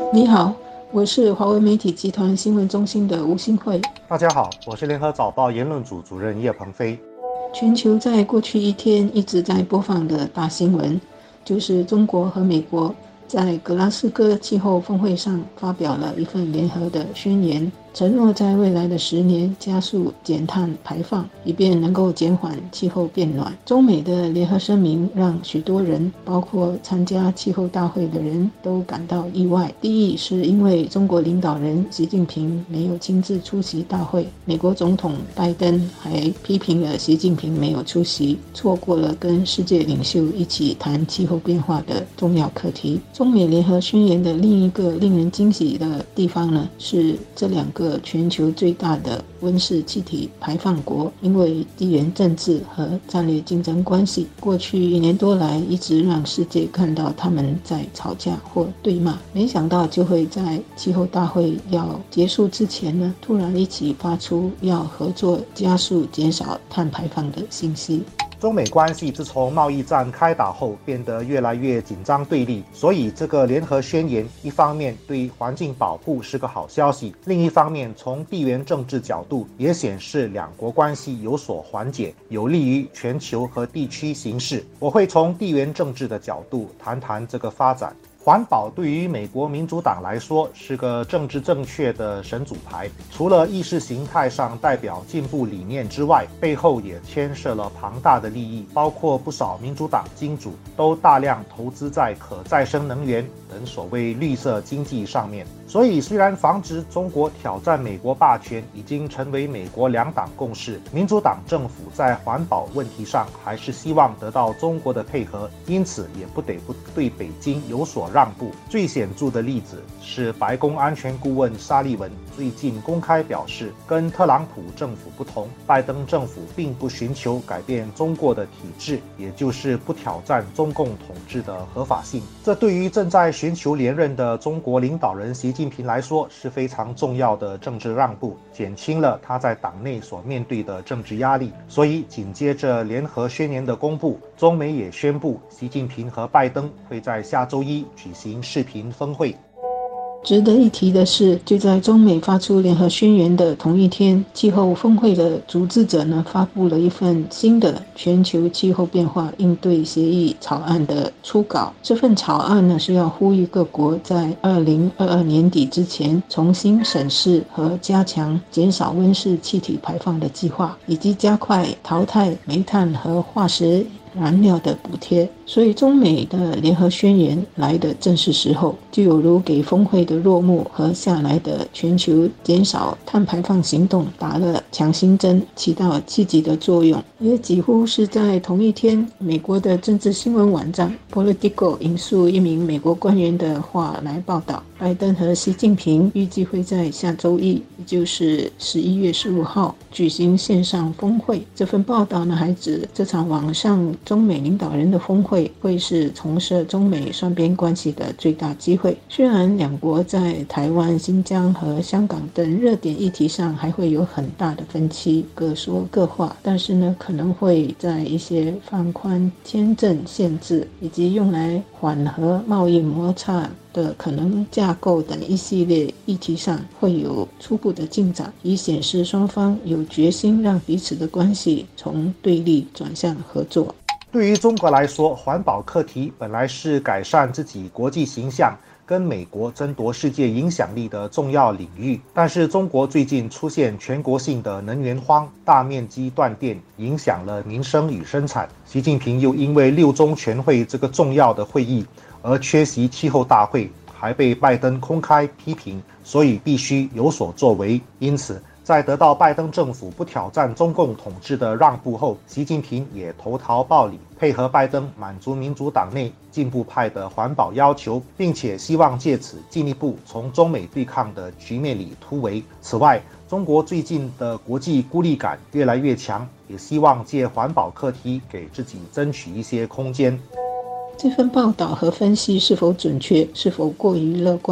你好，我是华为媒体集团新闻中心的吴新慧。 大家好，我是联合早报言论组主任叶鹏飞。 全球在过去一天一直在播放的大新闻，就是中国和美国在格拉斯哥气候峰会上发表了一份联合的宣言，承诺在未来的10年加速减碳排放，以便能够减缓气候变暖。中美的联合声明让许多人，包括参加气候大会的人都感到意外。第一，是因为中国领导人习近平没有亲自出席大会，美国总统拜登还批评了习近平没有出席，错过了跟世界领袖一起谈气候变化的重要课题。中美联合宣言的另一个令人惊喜的地方呢，是这两个全球最大的温室气体排放国，因为地缘政治和战略竞争关系，过去1年多来一直让世界看到他们在吵架或对骂，没想到就会在气候大会要结束之前呢，突然一起发出要合作加速减少碳排放的信息。 中美关系自从贸易战开打后变得越来越紧张对立，所以这个联合宣言一方面对环境保护是个好消息，另一方面从地缘政治角度也显示两国关系有所缓解，有利于全球和地区形势。我会从地缘政治的角度谈谈这个发展。环保对于美国民主党来说是个政治正确的神主牌，除了意识形态上代表进步理念之外，背后也牵涉了庞大的利益，包括不少民主党金主都大量投资在可再生能源等所谓绿色经济上面。所以虽然防止中国挑战美国霸权已经成为美国两党共识，民主党政府在环保问题上还是希望得到中国的配合，因此也不得不对北京有所让步。最显著的例子是白宫安全顾问沙利文最近公开表示，跟特朗普政府不同，拜登政府并不寻求改变中国的体制，也就是不挑战中共统治的合法性。这对于正在寻求连任的中国领导人习近平来说是非常重要的政治让步，减轻了他在党内所面对的政治压力。所以紧接着联合宣言的公布，中美也宣布习近平和拜登会在下周一举行视频峰会。 值得一提的是，就在中美发出联合宣言的同一天，气候峰会的组织者呢发布了一份新的全球气候变化应对协议草案的初稿。这份草案呢是要呼吁各国在2022年底之前重新审视和加强减少温室气体排放的计划，以及加快淘汰煤炭和化石燃料的补贴。所以中美的联合宣言来的正是时候，就有如给峰会的落幕和下来的全球减少碳排放行动打了强心针，起到积极的作用。也几乎是在同一天，美国的政治新闻网站 Politico 引述一名美国官员的话来报道，拜登和习近平预计会在下周一，也就是11月15号举行线上峰会。这份报道呢还指，这场网上中美领导人的峰会会是重设中美双边关系的最大机会。虽然两国在台湾、新疆和香港等热点议题上还会有很大的分歧，各说各话，但是呢，可能会在一些放宽签证限制以及用来缓和贸易摩擦的可能架构等一系列议题上会有初步的进展，以显示双方有决心让彼此的关系从对立转向合作。 对于中国来说，环保课题本来是改善自己国际形象跟美国争夺世界影响力的重要领域，但是中国最近出现全国性的能源荒，大面积断电，影响了民生与生产。习近平又因为6中全会这个重要的会议而缺席气候大会，还被拜登公开批评，所以必须有所作为。因此在得到拜登政府不挑战中共统治的让步后，习近平也投桃报李，配合拜登满足民主党内进步派的环保要求，并且希望借此进一步从中美对抗的局面里突围。此外，中国最近的国际孤立感越来越强，也希望借环保课题给自己争取一些空间。 这份报道和分析是否准确，是否过于乐观，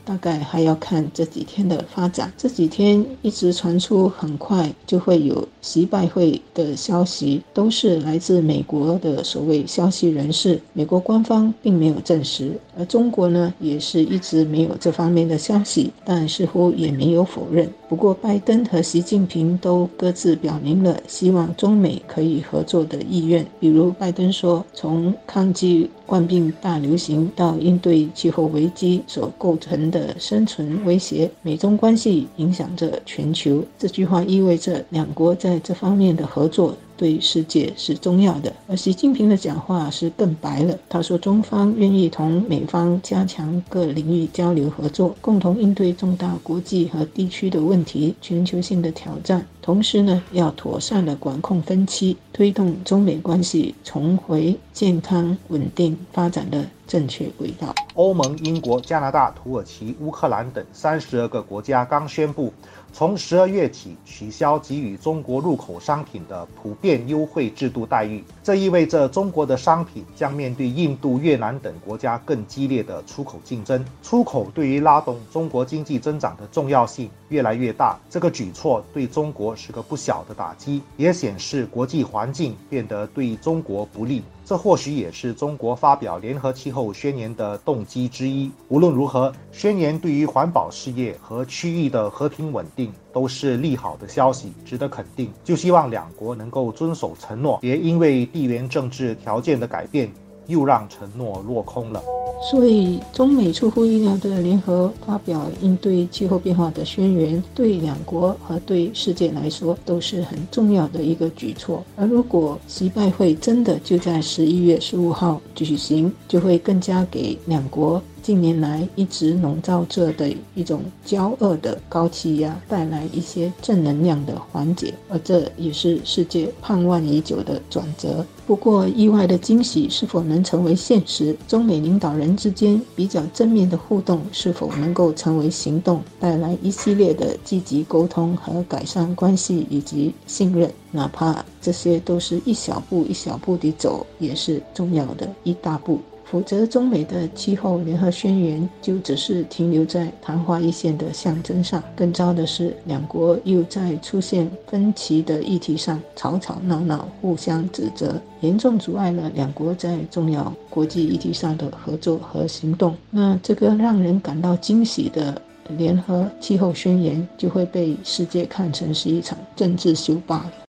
大概还要看这几天的发展。这几天一直传出很快就会有习拜会的消息，都是来自美国的所谓消息人士，美国官方并没有证实，而中国呢也是一直没有这方面的消息，但似乎也没有否认。不过拜登和习近平都各自表明了希望中美可以合作的意愿，比如拜登说，从抗击冠病大流行到应对气候危机所构成的生存威胁，美中关系影响着全球。这句话意味着两国在这方面的合作对世界是重要的。而习近平的讲话是更白了，他说中方愿意同美方加强各领域交流合作，共同应对重大国际和地区的问题、全球性的挑战，同时呢要妥善的管控分歧，推动中美关系重回健康稳定发展的正确轨道。 欧盟、英国、加拿大、土耳其、乌克兰等32个国家刚宣布从12月起取消给予中国入口商品的普遍优惠制度待遇，这意味着中国的商品将面对印度、越南等国家更激烈的出口竞争。出口对于拉动中国经济增长的重要性越来越大，这个举措对中国是个不小的打击，也显示国际环境变得对中国不利。这或许也是中国发表联合气候宣言的动机之一。无论如何，宣言对于环保事业和区域的和平稳定都是利好的消息，值得肯定。就希望两国能够遵守承诺，别因为地缘政治条件的改变，又让承诺落空了。 所以中美出乎意料的联合发表应对气候变化的宣言，对两国和对世界来说都是很重要的一个举措。而如果习拜会真的就在11月15号举行，就会更加给两国近年来一直笼罩着的一种交恶的高气压带来一些正能量的缓解，而这也是世界盼望已久的转折。不过意外的惊喜是否能成为现实，中美领导人之间比较正面的互动是否能够成为行动，带来一系列的积极沟通和改善关系以及信任，哪怕这些都是一小步一小步地走，也是重要的一大步。否则中美的气候联合宣言就只是停留在昙花一现的象征上，更糟的是两国又在出现分歧的议题上吵吵闹闹，互相指责，严重阻碍了两国在重要国际议题上的合作和行动。那这个让人感到惊喜的联合气候宣言就会被世界看成是一场政治秀罢了。